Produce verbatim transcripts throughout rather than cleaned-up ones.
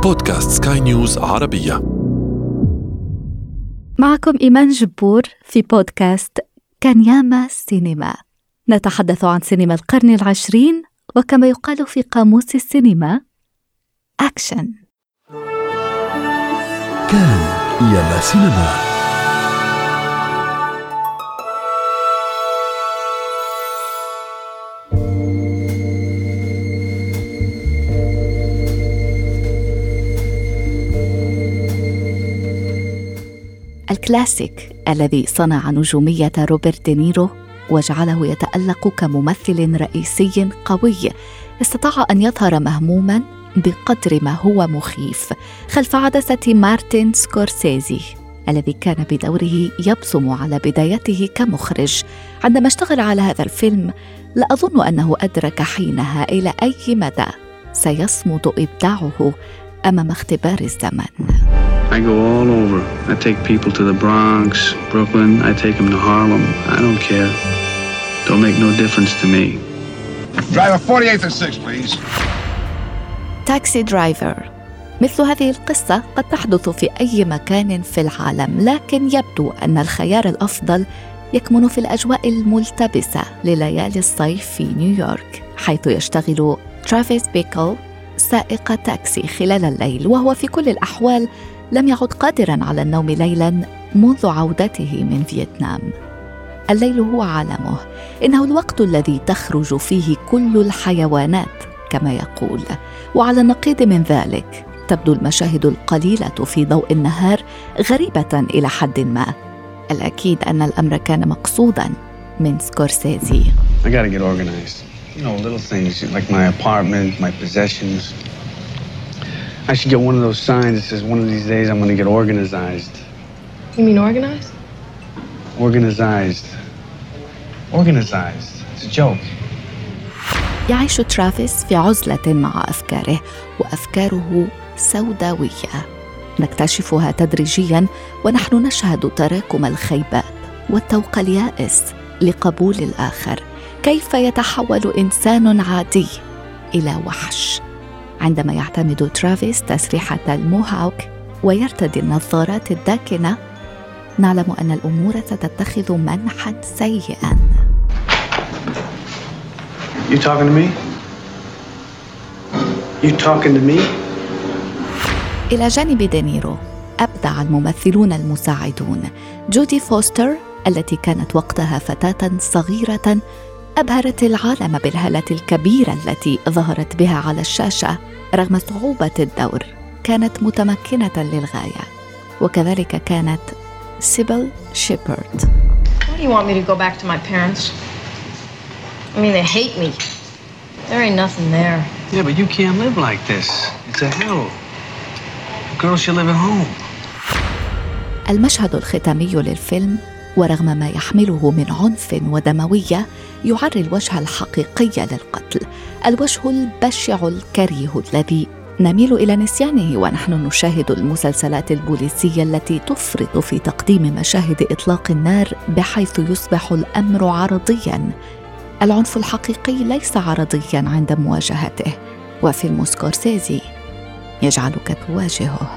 بودكاست سكاي نيوز عربية. معكم إيمان جبور في بودكاست كان ياما سينما، نتحدث عن سينما القرن العشرين وكما يقال في قاموس السينما أكشن. كان ياما سينما. الكلاسيك الذي صنع نجومية روبرت دينيرو وجعله يتألق كممثل رئيسي قوي، استطاع أن يظهر مهموماً بقدر ما هو مخيف خلف عدسة مارتن سكورسيزي الذي كان بدوره يبصم على بدايته كمخرج. عندما اشتغل على هذا الفيلم لا أظن أنه أدرك حينها إلى أي مدى سيصمد إبداعه أمام اختبار الزمن. I go all over. I take people to the Bronx, Brooklyn. I take them to Harlem. I don't care. Don't make no difference to me. Driver forty-eighth and sixth, please. تاكسي درايفر. مثل هذه القصة قد تحدث في أي مكان في العالم، لكن يبدو أن الخيار الأفضل يكمن في الأجواء الملتبسة لليالي الصيف في نيويورك، حيث يشتغل ترافيس بيكل سائق تاكسي خلال الليل، وهو في كل الأحوال لم يعد قادراً على النوم ليلاً منذ عودته من فيتنام. الليل هو عالمه، إنه الوقت الذي تخرج فيه كل الحيوانات كما يقول، وعلى النقيض من ذلك تبدو المشاهد القليلة في ضوء النهار غريبة إلى حد ما. الأكيد أن الأمر كان مقصوداً من سكورسيزي. I gotta get organized. You know, little things like my apartment, my possessions. I should get one of those signs that says one of these days I'm going to get organized. You mean organized? Organized. Organized. It's a joke. يعيش ترافيس في عزلة مع أفكاره، وأفكاره سوداوية نكتشفها تدريجياً ونحن نشهد تراكم الخيبات والتوق اليائس لقبول الآخر. كيف يتحول إنسان عادي إلى وحش عندما يعتمد ترافيس تسريحة الموهاوك ويرتدي النظارات الداكنة؟ نعلم أن الأمور ستتخذ منحاً سيئاً. You talking to me? You talking to me? إلى جانب دينيرو أبدع الممثلون المساعدون. جودي فوستر التي كانت وقتها فتاة صغيرة أبهرت العالم بالهالة الكبيرة التي ظهرت بها على الشاشة رغم صعوبة الدور، كانت متمكنة للغاية. وكذلك كانت سيبل شيبرد. Why do you want me to go back to my parents? I mean, they hate me. There ain't nothing there. Yeah, but you can't live like this. It's a hell. Girls should live at home. المشهد الختامي للفيلم ورغم ما يحمله من عنف ودموية يعري الوجه الحقيقي للقتل، الوجه البشع الكريه الذي نميل إلى نسيانه ونحن نشاهد المسلسلات البوليسية التي تفرط في تقديم مشاهد إطلاق النار بحيث يصبح الأمر عرضياً. العنف الحقيقي ليس عرضياً عند مواجهته، وفيلم سكورسيزي يجعلك تواجهه.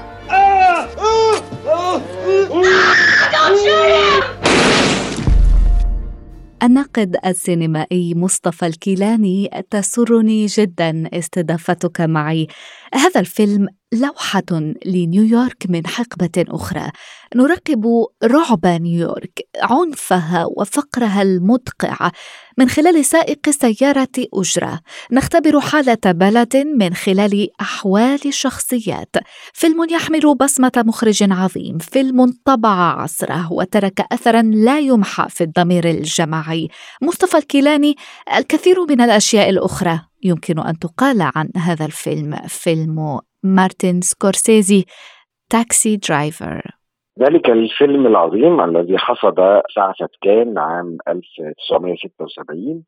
الناقد السينمائي مصطفى الكيلاني، تسرني جدا استضافتك معي. هذا الفيلم لوحة لنيويورك من حقبة أخرى، نراقب رعب نيويورك، عنفها وفقرها المدقع من خلال سائق سيارة أجرة، نختبر حالة بلد من خلال أحوال شخصيات. فيلم يحمل بصمة مخرج عظيم، فيلم طبع عصره وترك أثراً لا يمحى في الضمير الجماعي. مصطفى الكيلاني، الكثير من الأشياء الأخرى يمكن أن تقال عن هذا الفيلم، فيلم مارتن سكورسيزي تاكسي درايفر. ذلك الفيلم العظيم الذي حصد سعفة كان عام ألف وتسعمائة وستة وسبعين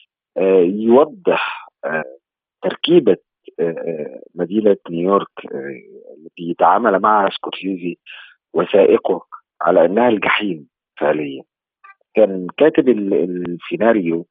يوضح تركيبة مدينة نيويورك التي تعامل معها سكورسيزي وسائقه على أنها الجحيم فعليا. كان كاتب السيناريو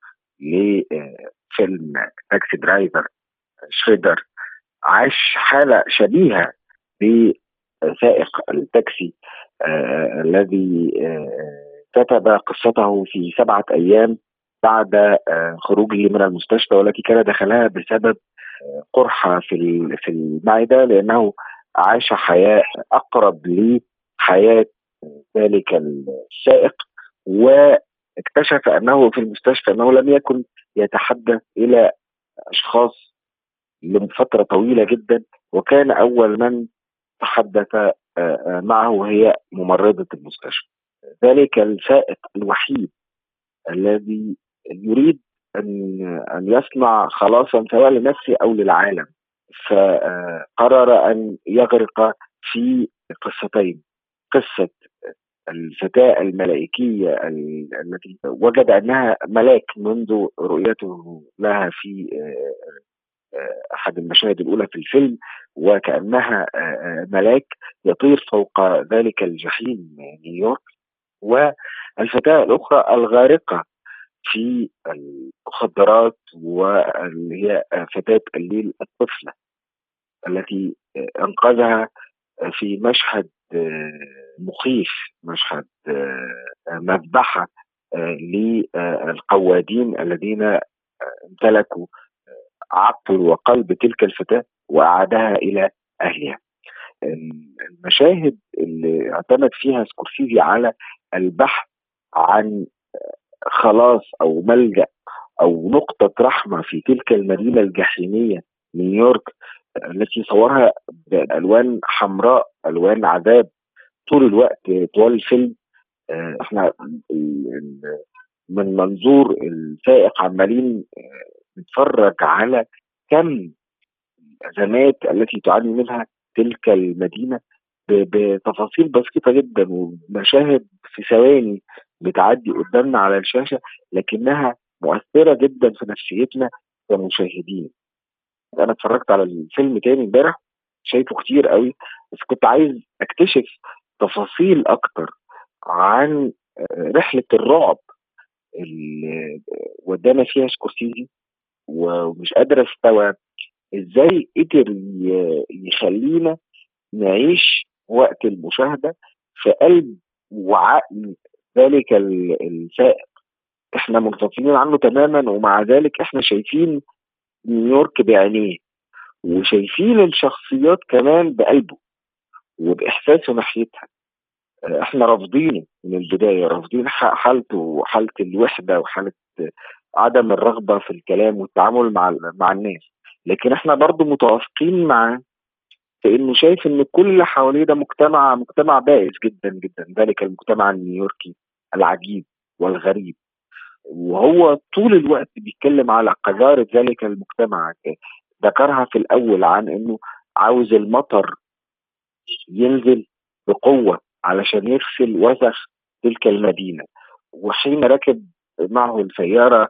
لفيلم تاكسي درايفر شريدر عاش حالة شبيهة بسائق التاكسي آه الذي آه كتب قصته في سبعة أيام بعد آه خروجه من المستشفى، والتي كان دخلها بسبب آه قرحة في في المعدة، لأنه عاش حياة أقرب لحياة ذلك السائق، واكتشف أنه في المستشفى أنه لم يكن يتحدث إلى أشخاص لفترة طويلة جدا، وكان أول من تحدث معه هي ممرضة المستشفى. ذلك السائق الوحيد الذي يريد أن أن يصنع خلاصا سواء لنفسه أو للعالم، فقرر أن يغرق في قصتين: قصة الفتاة الملائكية التي وجد أنها ملاك منذ رؤيته لها في أحد المشاهد الأولى في الفيلم، وكأنها ملاك يطير فوق ذلك الجحيم نيويورك، والفتاة الأخرى الغارقة في المخدرات، واللي هي فتاة الليل الطفلة التي أنقذها في مشهد مخيف، مشهد مذبحة للقوادين الذين امتلكوا عقل وقلب تلك الفتاة وأعادها إلى أهلها. المشاهد اللي اعتمد فيها سكورسيزي على البحث عن خلاص أو ملجأ أو نقطة رحمة في تلك المدينة الجحيمية نيويورك، التي صورها بألوان حمراء، ألوان عذاب طول الوقت طوال الفيلم. احنا من منظور السائق عمالين نتفرج على كم الأزمات التي تعاني منها تلك المدينة بتفاصيل بسيطة جدا، ومشاهد في ثواني بتعدي قدامنا على الشاشة لكنها مؤثرة جدا في نفسيتنا كمشاهدين. أنا اتفرجت على الفيلم تاني امبارح، شايفه كتير قوي، بس كنت عايز أكتشف تفاصيل أكتر عن رحلة الرعب اللي ودانا فيها سكورسيزي، ومش قادر استوعب ازاي قدر يخلينا نعيش وقت المشاهدة في قلب وعقل ذلك السائق. احنا منفصلين عنه تماما، ومع ذلك احنا شايفين نيويورك بعينيه، وشايفين الشخصيات كمان بقلبه وبإحساسه ناحيتها. احنا رافضينه من البداية، رافضين حالته وحالة الوحدة وحالة عدم الرغبة في الكلام والتعامل مع مع الناس، لكن احنا برضو متوافقين معاه في انه شايف ان كل اللي حواليه ده مجتمع مجتمع بائس جدا جدا، ذلك المجتمع النيويوركي العجيب والغريب. وهو طول الوقت بيتكلم على قذارة ذلك المجتمع. ذكرها في الأول عن انه عاوز المطر ينزل بقوة علشان يغسل وسخ تلك المدينة، وحين ركب معه السيارة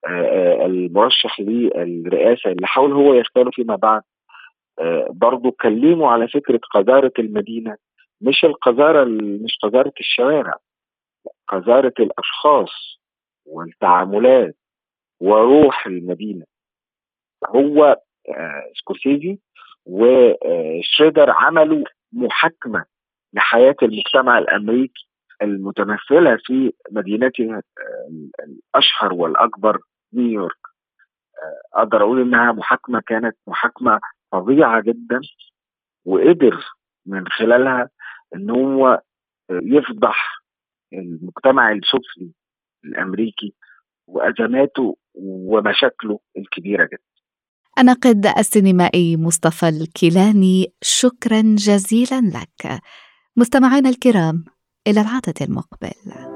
المرشح للرئاسة اللي حاول هو يختاره فيما بعد، برضو كلموا على فكرة قذارة المدينة، مش القذارة مش قذارة الشوارع، قذارة الأشخاص والتعاملات وروح المدينة. هو سكورسيزي وشريدر عملوا محاكمة لحياة المجتمع الأمريكي المتمثلة في مدينته الأشهر والأكبر نيويورك. أقدر أقول إنها محاكمة كانت محاكمة فظيعة جدا، وقدر من خلالها إن هو يفضح المجتمع السفلي الأمريكي وأزماته ومشاكله الكبيرة جدا. الناقد السينمائي مصطفى الكيلاني، شكرا جزيلا لك. مستمعينا الكرام، إلى العادة المقبل.